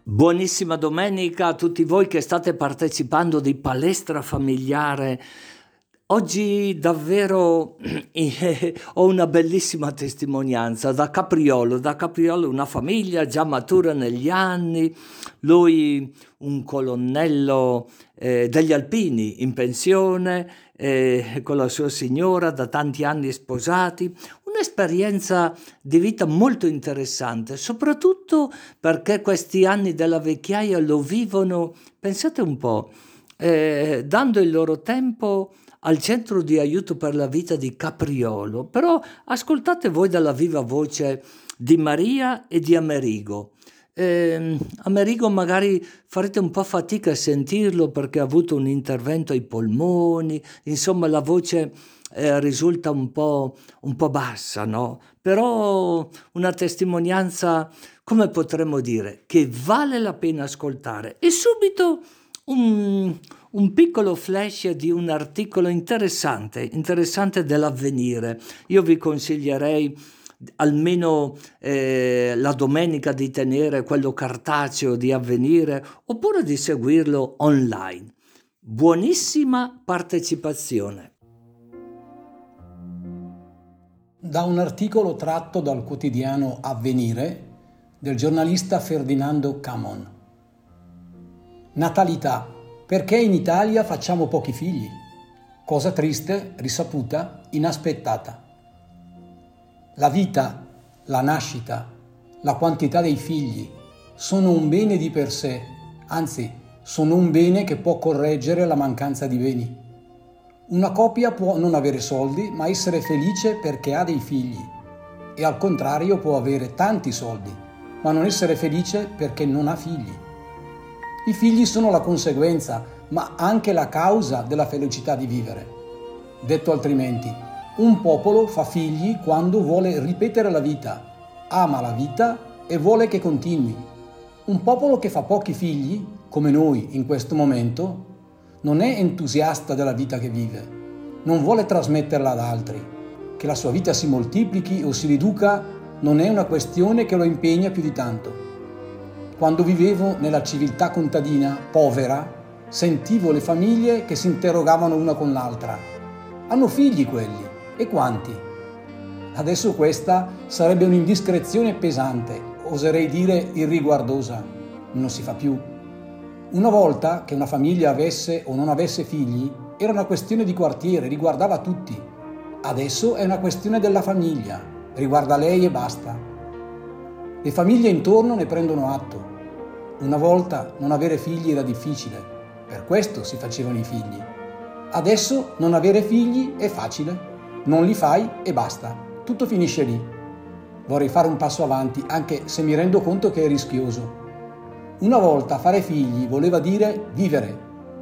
Buonissima domenica a tutti voi che state partecipando di Palestra Familiare. Oggi davvero ho una bellissima testimonianza da Capriolo. Da Capriolo una famiglia già matura negli anni, lui un colonnello degli Alpini in pensione, con la sua signora da tanti anni sposati. Un'esperienza di vita molto interessante, soprattutto perché questi anni della vecchiaia lo vivono, pensate un po', dando il loro tempo al centro di aiuto per la vita di Capriolo. Però ascoltate voi dalla viva voce di Maria e di Amerigo. Amerigo magari farete un po' fatica a sentirlo perché ha avuto un intervento ai polmoni, insomma la voce risulta un po' bassa, no? Però una testimonianza, come potremmo dire, che vale la pena ascoltare. E subito un piccolo flash di un articolo interessante dell'Avvenire. Io vi consiglierei almeno la domenica di tenere quello cartaceo di Avvenire oppure di seguirlo online. Buonissima partecipazione. Da un articolo tratto dal quotidiano Avvenire del giornalista Ferdinando Camon. Natalità. Perché in Italia facciamo pochi figli? Cosa triste, risaputa, inaspettata. La vita, la nascita, la quantità dei figli sono un bene di per sé, anzi, sono un bene che può correggere la mancanza di beni. Una coppia può non avere soldi, ma essere felice perché ha dei figli. E al contrario può avere tanti soldi, ma non essere felice perché non ha figli. I figli sono la conseguenza, ma anche la causa della felicità di vivere. Detto altrimenti, un popolo fa figli quando vuole ripetere la vita, ama la vita e vuole che continui. Un popolo che fa pochi figli, come noi in questo momento, non è entusiasta della vita che vive, non vuole trasmetterla ad altri. Che la sua vita si moltiplichi o si riduca non è una questione che lo impegna più di tanto. Quando vivevo nella civiltà contadina, povera, sentivo le famiglie che si interrogavano una con l'altra. Hanno figli quelli? E quanti? Adesso questa sarebbe un'indiscrezione pesante, oserei dire irriguardosa. Non si fa più. Una volta che una famiglia avesse o non avesse figli, era una questione di quartiere, riguardava tutti. Adesso è una questione della famiglia, riguarda lei e basta. Le famiglie intorno ne prendono atto. Una volta non avere figli era difficile, per questo si facevano i figli. Adesso non avere figli è facile, non li fai e basta, tutto finisce lì. Vorrei fare un passo avanti, anche se mi rendo conto che è rischioso. Una volta fare figli voleva dire vivere.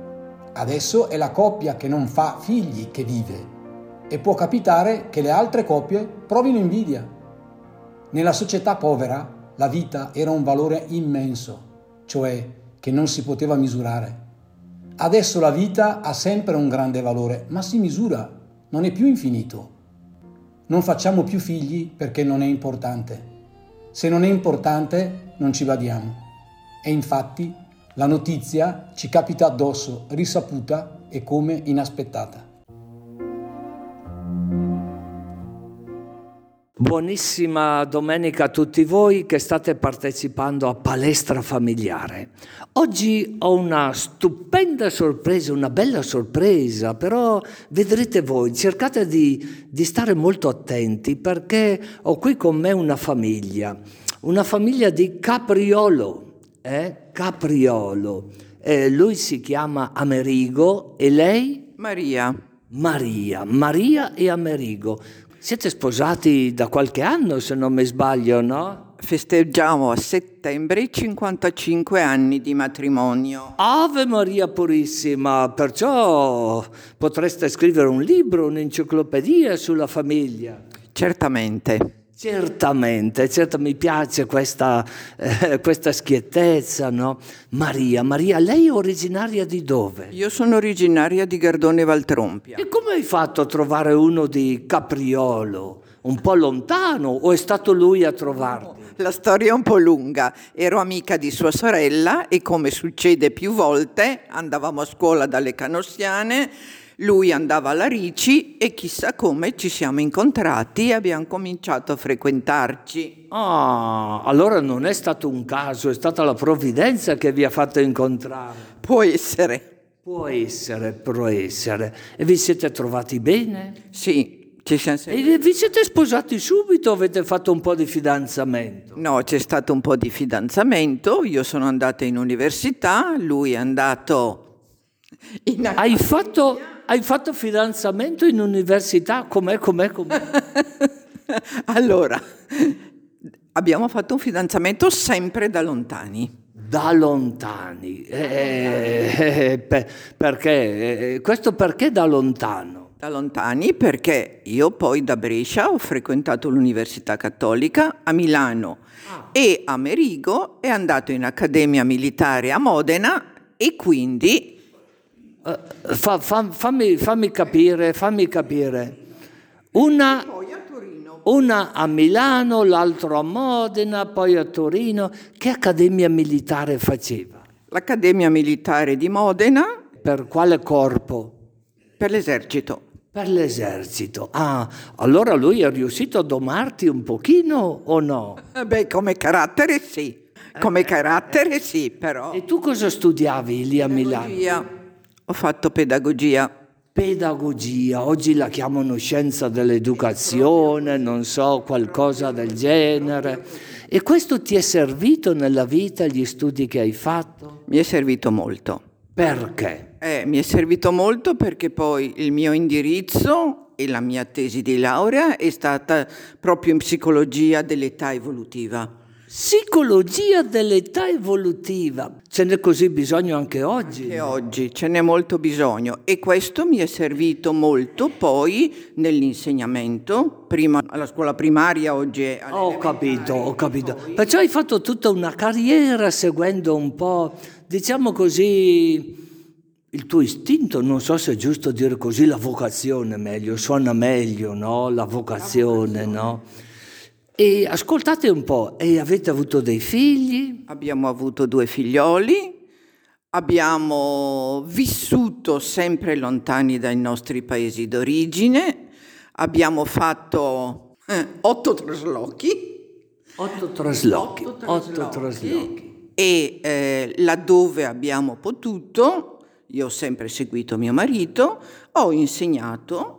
Adesso è la coppia che non fa figli che vive e può capitare che le altre coppie provino invidia. Nella società povera la vita era un valore immenso, cioè che non si poteva misurare. Adesso la vita ha sempre un grande valore, ma si misura, non è più infinito. Non facciamo più figli perché non è importante. Se non è importante non ci badiamo. E infatti la notizia ci capita addosso, risaputa e come inaspettata. Buonissima domenica a tutti voi che state partecipando a Palestra Familiare. Oggi ho una stupenda sorpresa, una bella sorpresa, però vedrete voi, cercate di stare molto attenti perché ho qui con me una famiglia di Capriolo. Capriolo. Lui si chiama Amerigo e lei? Maria Maria e Amerigo. Siete sposati da qualche anno, se non mi sbaglio, no? Festeggiamo a settembre 55 anni di matrimonio. Ave Maria Purissima, perciò potreste scrivere un libro, un'enciclopedia sulla famiglia. Certamente. Certamente, mi piace questa schiettezza, no? Maria, lei è originaria di dove? Io sono originaria di Gardone Valtrompia. E come hai fatto a trovare uno di Capriolo? Un po' lontano o è stato lui a trovarti? La storia è un po' lunga. Ero amica di sua sorella e, come succede più volte, andavamo a scuola dalle Canossiane, lui andava alla Ricci e chissà come ci siamo incontrati e abbiamo cominciato a frequentarci. Ah, allora non è stato un caso, è stata la provvidenza che vi ha fatto incontrare. Può essere. Può essere, può essere. E vi siete trovati bene? Sì, ci siamo E vi siete sposati subito o avete fatto un po' di fidanzamento? No, c'è stato un po' di fidanzamento, io sono andata in università, lui è andato in Hai fatto fidanzamento in università? Com'è? Allora, abbiamo fatto un fidanzamento sempre da lontani. Da lontani. Perché? Questo perché da lontano? Da lontani perché io poi da Brescia ho frequentato l'Università Cattolica a Milano e a Merigo, è andato in Accademia Militare a Modena e quindi... Fammi capire. Una a Milano, l'altro a Modena, poi a Torino. Che accademia militare faceva? L'Accademia Militare di Modena. Per quale corpo? Per l'esercito. Per l'esercito. Ah, allora lui è riuscito a domarti un pochino o no? Beh, come carattere sì. Però... E tu cosa studiavi lì a Milano? Ho fatto pedagogia. Pedagogia, oggi la chiamano scienza dell'educazione, non so, qualcosa del genere. E questo ti è servito nella vita, gli studi che hai fatto? Mi è servito molto. Perché? Mi è servito molto perché poi il mio indirizzo e la mia tesi di laurea è stata proprio in psicologia dell'età evolutiva. Psicologia dell'età evolutiva. Ce n'è così bisogno anche oggi? E oggi ce n'è molto bisogno e questo mi è servito molto poi nell'insegnamento, prima alla scuola primaria, oggi Ho capito. Perciò hai fatto tutta una carriera seguendo un po', diciamo così, il tuo istinto, non so se è giusto dire così, la vocazione meglio, suona meglio, no? La vocazione, no? E ascoltate un po', e avete avuto dei figli? Abbiamo avuto 2 figlioli, abbiamo vissuto sempre lontani dai nostri paesi d'origine, abbiamo fatto 8 traslochi. 8 traslochi. E laddove abbiamo potuto, io ho sempre seguito mio marito, ho insegnato.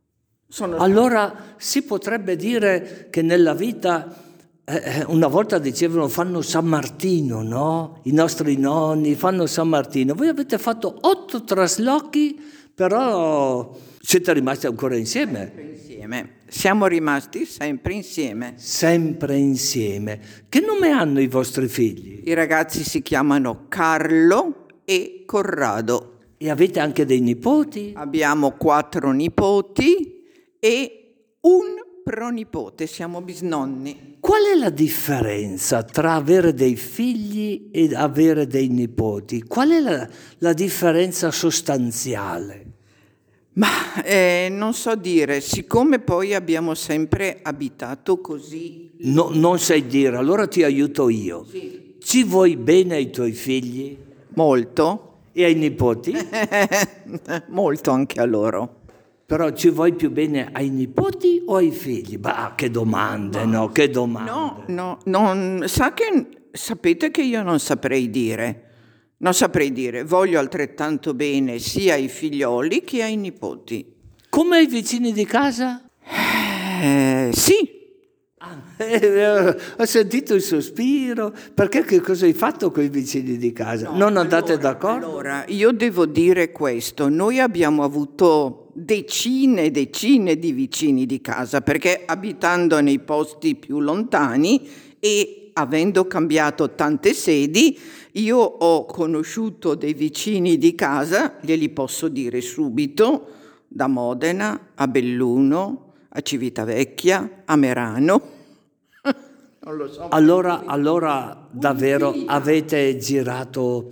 Allora si potrebbe dire che nella vita, una volta dicevano fanno San Martino, no? I nostri nonni fanno San Martino. Voi avete fatto 8 traslochi, però siete rimasti ancora insieme. Sempre insieme. Siamo rimasti sempre insieme. Sempre insieme. Che nome hanno i vostri figli? I ragazzi si chiamano Carlo e Corrado. E avete anche dei nipoti? Abbiamo 4 nipoti e un pronipote, siamo bisnonni. Qual è la differenza tra avere dei figli e avere dei nipoti? Qual è la differenza sostanziale? Ma non so dire, siccome poi abbiamo sempre abitato così... No, non sai dire, allora ti aiuto io. Sì. Ci vuoi bene ai tuoi figli? Molto. E ai nipoti? Molto anche a loro. Però ci vuoi più bene ai nipoti o ai figli? Bah, che domande, no? Che domande. No, sapete che io non saprei dire. Non saprei dire, voglio altrettanto bene sia ai figlioli che ai nipoti. Come ai vicini di casa? Sì. Ho sentito il sospiro. Perché che cosa hai fatto con i vicini di casa? No, non andate d'accordo? Allora, io devo dire questo. Noi abbiamo avuto decine e decine di vicini di casa, perché abitando nei posti più lontani e avendo cambiato tante sedi, io ho conosciuto dei vicini di casa, glieli posso dire subito, da Modena a Belluno, a Civitavecchia, a Merano. Non lo so. Allora davvero avete girato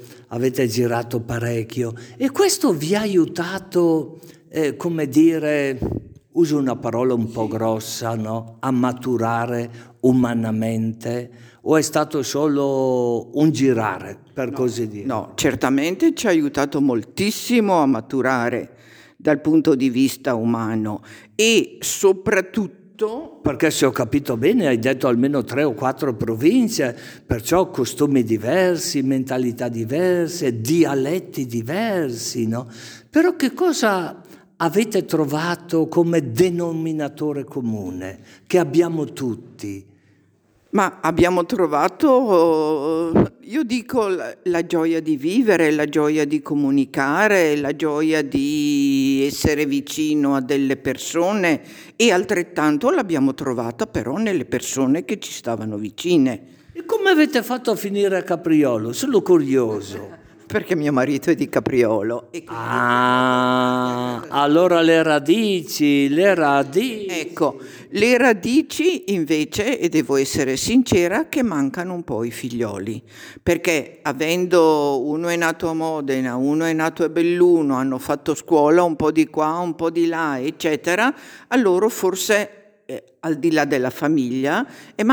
parecchio. E questo vi ha aiutato, come dire, uso una parola un po' grossa, no? A maturare umanamente, o è stato solo un girare, per così dire? No, certamente ci ha aiutato moltissimo a maturare dal punto di vista umano e soprattutto... Perché se ho capito bene hai detto almeno 3 o 4 province, perciò costumi diversi, mentalità diverse, dialetti diversi, no? Però che cosa avete trovato come denominatore comune che abbiamo tutti? Ma abbiamo trovato, io dico, la gioia di vivere, la gioia di comunicare, la gioia di essere vicino a delle persone, e altrettanto l'abbiamo trovata però nelle persone che ci stavano vicine. E come avete fatto a finire a Capriolo? Sono curioso. Perché mio marito è di Capriolo. Allora le radici. Ecco, le radici invece, e devo essere sincera, che mancano un po' i figlioli, perché avendo uno è nato a Modena, uno è nato a Belluno, hanno fatto scuola un po' di qua, un po' di là, eccetera, a loro forse, al di là della famiglia,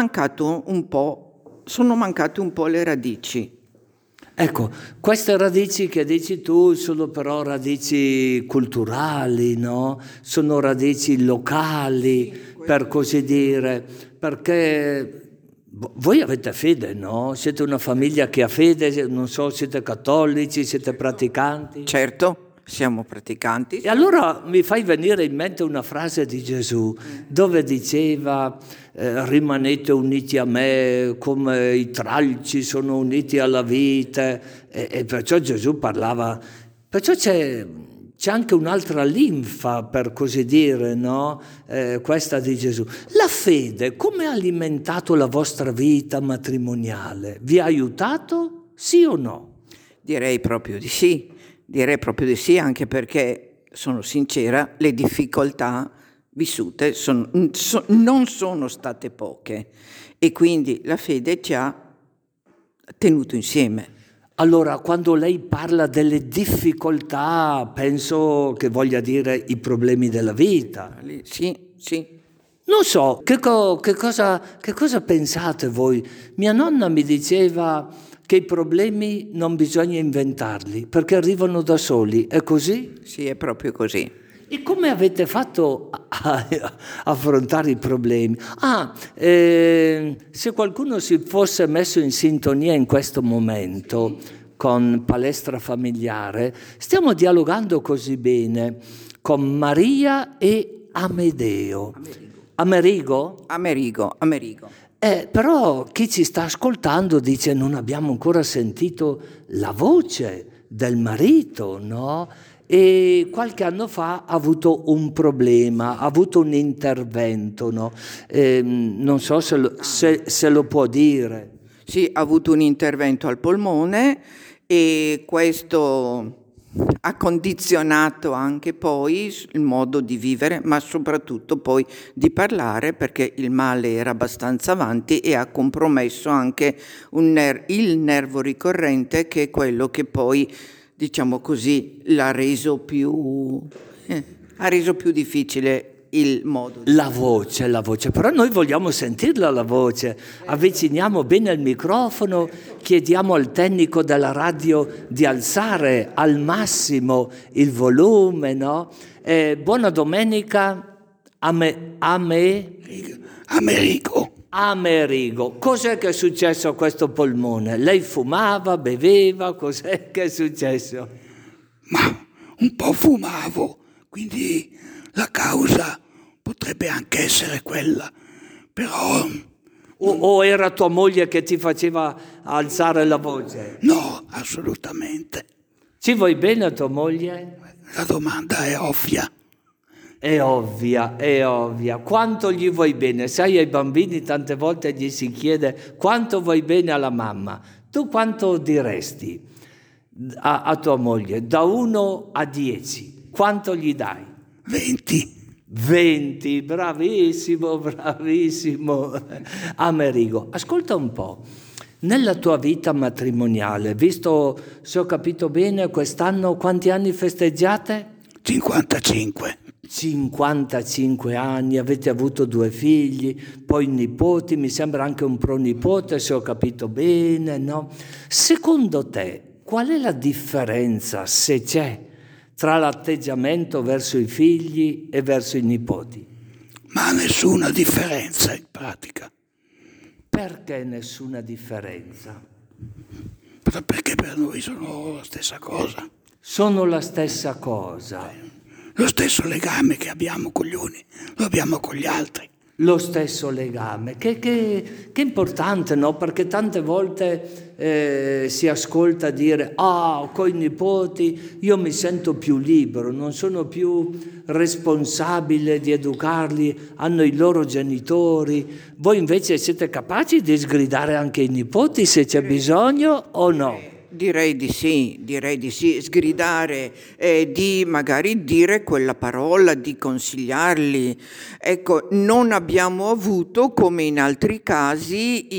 sono mancate un po' le radici. Ecco, queste radici che dici tu sono però radici culturali, no? Sono radici locali, per così dire, perché voi avete fede, no? Siete una famiglia che ha fede, non so, siete cattolici, siete praticanti? Certo. Siamo praticanti. E allora mi fai venire in mente una frase di Gesù dove diceva rimanete uniti a me come i tralci sono uniti alla vite, e perciò Gesù parlava, perciò c'è anche un'altra linfa, per così dire, no? Questa di Gesù. La fede come ha alimentato la vostra vita matrimoniale? Vi ha aiutato, sì o no? Direi proprio di sì. Anche perché, sono sincera, le difficoltà vissute non sono state poche, e quindi la fede ci ha tenuto insieme. Allora, quando lei parla delle difficoltà, penso che voglia dire i problemi della vita. Sì. Non so, che cosa pensate voi? Mia nonna mi diceva che i problemi non bisogna inventarli, perché arrivano da soli. È così? Sì, è proprio così. E come avete fatto a affrontare i problemi? Se qualcuno si fosse messo in sintonia in questo momento con Palestra Familiare, stiamo dialogando così bene con Maria e Amedeo. Amerigo. Però chi ci sta ascoltando dice non abbiamo ancora sentito la voce del marito, no? E qualche anno fa ha avuto un problema, ha avuto un intervento, no? Non so se lo può dire. Sì, ha avuto un intervento al polmone, e questo ha condizionato anche poi il modo di vivere, ma soprattutto poi di parlare, perché il male era abbastanza avanti e ha compromesso anche il nervo ricorrente, che è quello che poi, diciamo così, ha reso più difficile il modo. La voce, però noi vogliamo sentirla la voce. Avviciniamo bene il microfono, chiediamo al tecnico della radio di alzare al massimo il volume, no? Buona domenica, Amerigo. Cos'è che è successo a questo polmone? Lei fumava, beveva, cos'è che è successo? Ma un po' fumavo, quindi la causa potrebbe anche essere quella, però... O era tua moglie che ti faceva alzare la voce? No, assolutamente. Ci vuoi bene a tua moglie? La domanda è ovvia. È ovvia. Quanto gli vuoi bene? Sai, ai bambini tante volte gli si chiede quanto vuoi bene alla mamma. Tu quanto diresti a tua moglie? Da 1 a 10. Quanto gli dai? 20, bravissimo. Amerigo, ascolta un po'. Nella tua vita matrimoniale, visto, se ho capito bene, quest'anno quanti anni festeggiate? 55. 55 anni, avete avuto 2 figli, poi nipoti, mi sembra anche un pronipote, se ho capito bene, no? Secondo te, qual è la differenza, se c'è, tra l'atteggiamento verso i figli e verso i nipoti? Ma nessuna differenza in pratica. Perché nessuna differenza? Perché per noi sono la stessa cosa. Sono la stessa cosa. Lo stesso legame che abbiamo con gli uni, lo abbiamo con gli altri. Lo stesso legame, che è importante, no? Perché tante volte si ascolta dire con i nipoti io mi sento più libero, non sono più responsabile di educarli, hanno i loro genitori. Voi invece siete capaci di sgridare anche i nipoti se c'è bisogno o no? Direi di sì, sgridare, di magari dire quella parola, di consigliarli. Ecco, non abbiamo avuto, come in altri casi,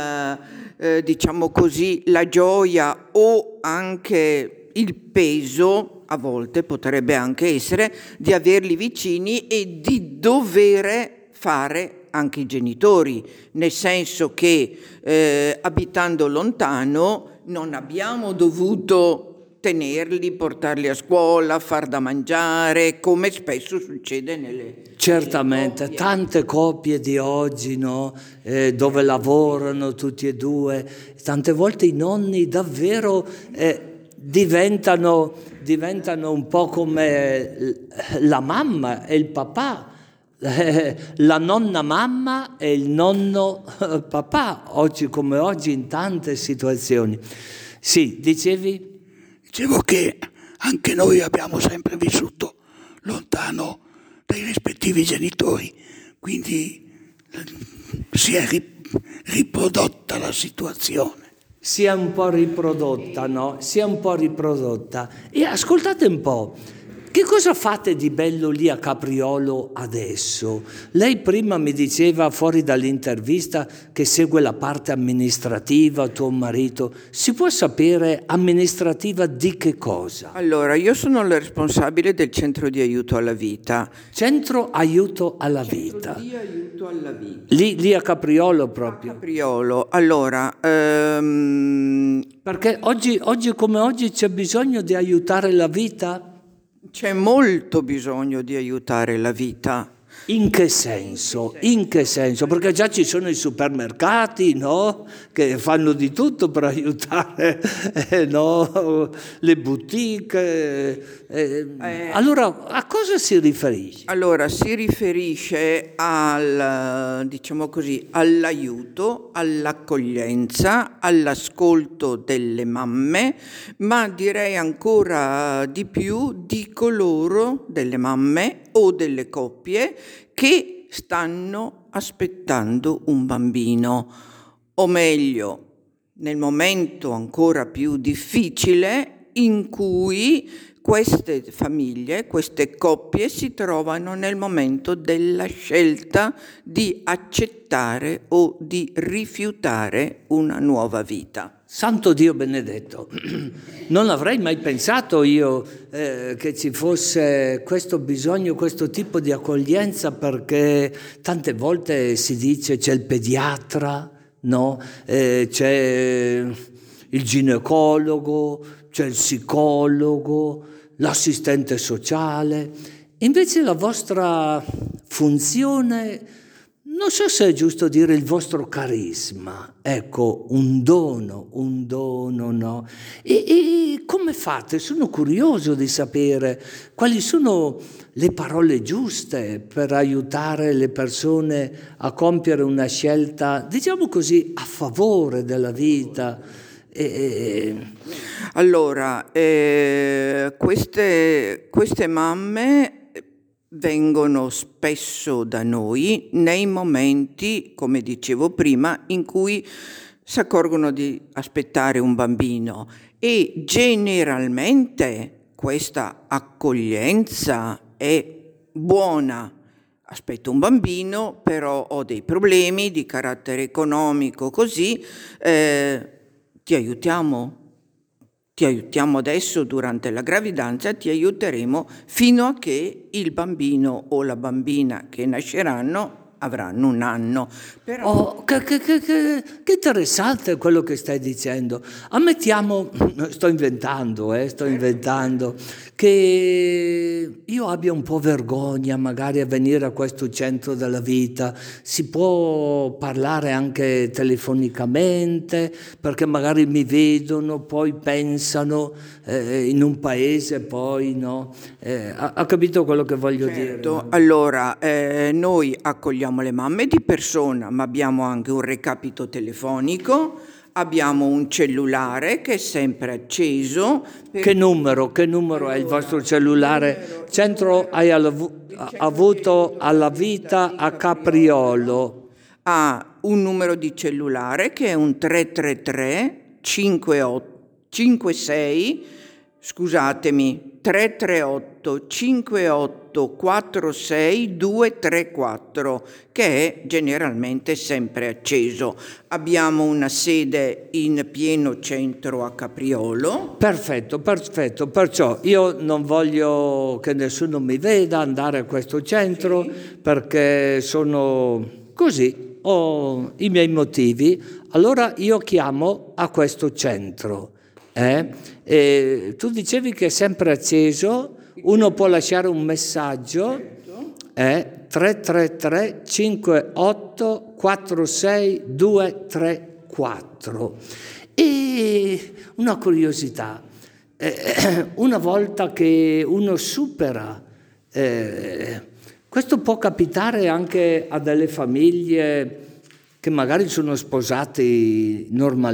diciamo così, la gioia o anche il peso, a volte potrebbe anche essere, di averli vicini e di dovere fare anche i genitori, nel senso che abitando lontano non abbiamo dovuto tenerli, portarli a scuola, far da mangiare, come spesso succede nelle Certamente, coppie. tante coppie di oggi, no? Dove lavorano tutti e due, tante volte i nonni davvero diventano un po' come la mamma e il papà. La nonna mamma e il nonno papà, oggi come oggi in tante situazioni. Sì, dicevi? Dicevo che anche noi abbiamo sempre vissuto lontano dai rispettivi genitori, quindi si è riprodotta la situazione. Si è un po' riprodotta, no? Si è un po' riprodotta. E ascoltate un po'. Che cosa fate di bello lì a Capriolo adesso? Lei prima mi diceva fuori dall'intervista che segue la parte amministrativa, tuo marito. Si può sapere amministrativa di che cosa? Allora, io sono la responsabile del centro di aiuto alla vita. Centro aiuto alla vita. Centro di aiuto alla vita. Lì a Capriolo proprio. Capriolo, allora... Perché oggi come oggi c'è bisogno di aiutare la vita? C'è molto bisogno di aiutare la vita. In che senso? In che senso? Perché già ci sono i supermercati, no? Che fanno di tutto per aiutare, no? Le boutique. Allora, a cosa si riferisce? Allora, si riferisce diciamo così, all'aiuto, all'accoglienza, all'ascolto delle mamme, ma direi ancora di più di coloro, delle mamme o delle coppie, che stanno aspettando un bambino, o meglio, nel momento ancora più difficile in cui queste famiglie, queste coppie si trovano nel momento della scelta di accettare o di rifiutare una nuova vita. Santo Dio benedetto, non avrei mai pensato io che ci fosse questo bisogno, questo tipo di accoglienza, perché tante volte si dice c'è il pediatra, no? C'è il ginecologo, c'è il psicologo, l'assistente sociale. Invece la vostra funzione, non so se è giusto dire il vostro carisma, ecco, un dono, no? E come fate? Sono curioso di sapere quali sono le parole giuste per aiutare le persone a compiere una scelta, diciamo così, a favore della vita. Allora, queste mamme vengono spesso da noi nei momenti, come dicevo prima, in cui si accorgono di aspettare un bambino, e generalmente questa accoglienza è buona. Aspetto un bambino, però ho dei problemi di carattere economico, così ti aiutiamo? ti aiutiamo adesso durante la gravidanza, ti aiuteremo fino a che il bambino o la bambina che nasceranno avranno 1 anno. Però... Oh, che interessante quello che stai dicendo. Ammettiamo, sto inventando, che io abbia un po' vergogna magari a venire a questo centro della vita. Si può parlare anche telefonicamente, perché magari mi vedono, poi pensano in un paese, poi no. Ha capito quello che voglio dire? No? Allora, noi accogliamo le mamme di persona, ma abbiamo anche un recapito telefonico, abbiamo un cellulare che è sempre acceso. Che numero allora, è il vostro cellulare? Centro hai avuto alla vita a Capriolo. Ha un numero di cellulare che è un 333 338 58 46 234, che è generalmente sempre acceso. Abbiamo una sede in pieno centro a Capriolo. Perfetto, perciò io non voglio che nessuno mi veda andare a questo centro, perché sono così, ho i miei motivi, allora io chiamo a questo centro. E tu dicevi che è sempre acceso, uno può lasciare un messaggio, 333 58 46 234. E una curiosità, una volta che uno supera, questo può capitare anche a delle famiglie che magari sono sposati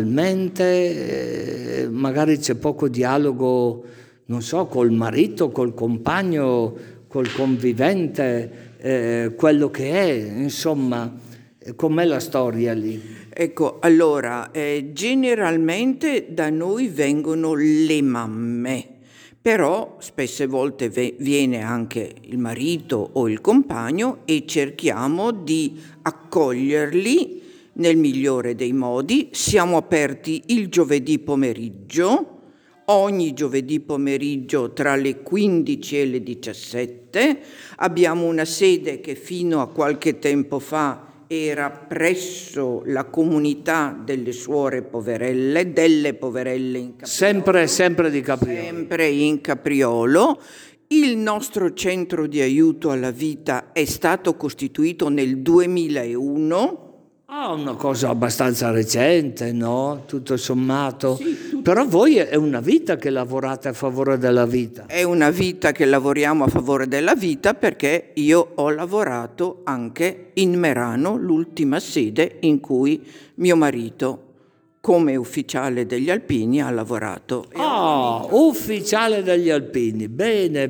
normalmente, magari c'è poco dialogo, non so, col marito, col compagno, col convivente, quello che è, insomma, com'è la storia lì? Ecco, allora, generalmente da noi vengono le mamme, però spesse volte viene anche il marito o il compagno e cerchiamo di accoglierli nel migliore dei modi. Siamo aperti il giovedì pomeriggio, ogni giovedì pomeriggio tra le 15 e le 17. Abbiamo una sede che fino a qualche tempo fa era presso la comunità delle suore poverelle, delle poverelle in Capriolo. Sempre di Capriolo. Sempre in Capriolo. Il nostro centro di aiuto alla vita è stato costituito nel 2001. Una cosa abbastanza recente, no? Tutto sommato. Sì, però voi è una vita che lavorate a favore della vita. È una vita che lavoriamo a favore della vita, perché io ho lavorato anche in Merano, l'ultima sede in cui mio marito, come ufficiale degli Alpini, ha lavorato. Ufficiale degli Alpini, bene.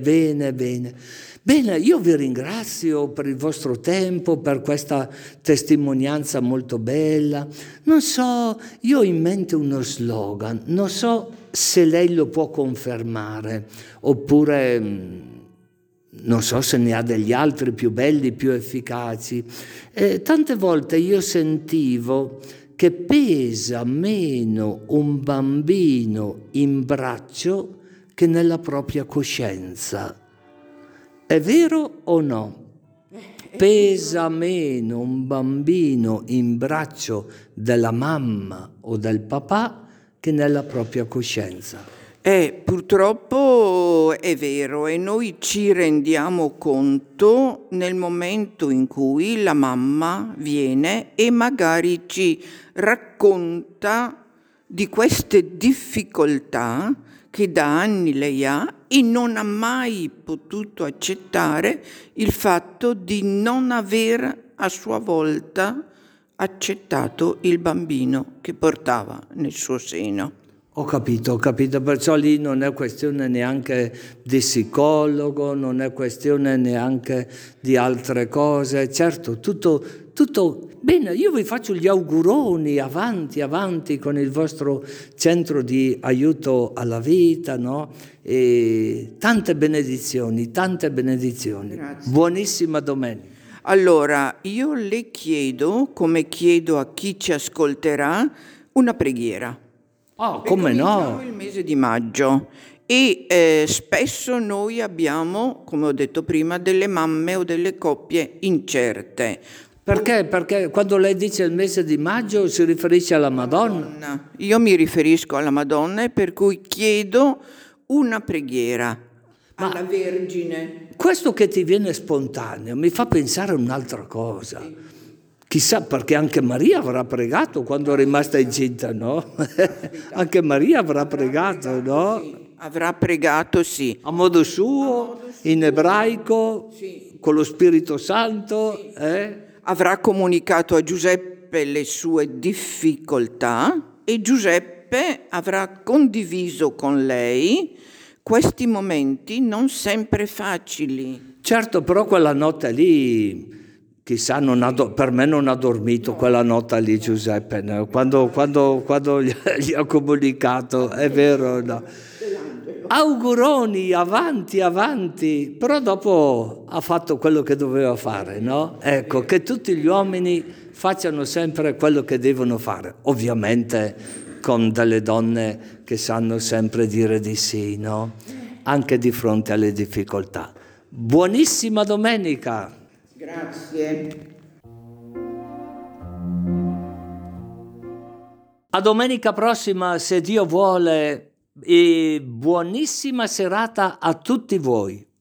Bene, io vi ringrazio per il vostro tempo, per questa testimonianza molto bella. Non so, io ho in mente uno slogan, non so se lei lo può confermare, oppure non so se ne ha degli altri più belli, più efficaci. Tante volte io sentivo che pesa meno un bambino in braccio che nella propria coscienza. È vero o no? Pesa meno un bambino in braccio della mamma o del papà che nella propria coscienza. Purtroppo è vero, e noi ci rendiamo conto nel momento in cui la mamma viene e magari ci racconta di queste difficoltà che da anni lei ha e non ha mai potuto accettare il fatto di non aver a sua volta accettato il bambino che portava nel suo seno. Ho capito, perciò lì non è questione neanche di psicologo, non è questione neanche di altre cose, certo, tutto bene. Io vi faccio gli auguroni, avanti con il vostro centro di aiuto alla vita, no? E tante benedizioni. Grazie. Buonissima domenica. Allora, io le chiedo, come chiedo a chi ci ascolterà, una preghiera. Oh, come no? Il mese di maggio e spesso noi abbiamo, come ho detto prima, delle mamme o delle coppie incerte. Perché? Perché quando lei dice il mese di maggio si riferisce alla Madonna? Io mi riferisco alla Madonna e per cui chiedo una preghiera alla Vergine. Questo che ti viene spontaneo mi fa pensare a un'altra cosa. Chissà, perché anche Maria avrà pregato quando è rimasta incinta, no? Anche Maria avrà pregato, no? Sì, avrà pregato, sì. A modo suo, in ebraico, con lo Spirito Santo. Avrà comunicato a Giuseppe le sue difficoltà e Giuseppe avrà condiviso con lei questi momenti non sempre facili. Certo, però quella notte lì, chissà, per me non ha dormito quella notte lì Giuseppe, no? Quando gli ha comunicato, è vero, no? Auguroni, avanti, avanti, però dopo ha fatto quello che doveva fare, no? Ecco, che tutti gli uomini facciano sempre quello che devono fare, ovviamente con delle donne che sanno sempre dire di sì, no? Anche di fronte alle difficoltà. Buonissima domenica! Grazie. A domenica prossima, se Dio vuole, e buonissima serata a tutti voi.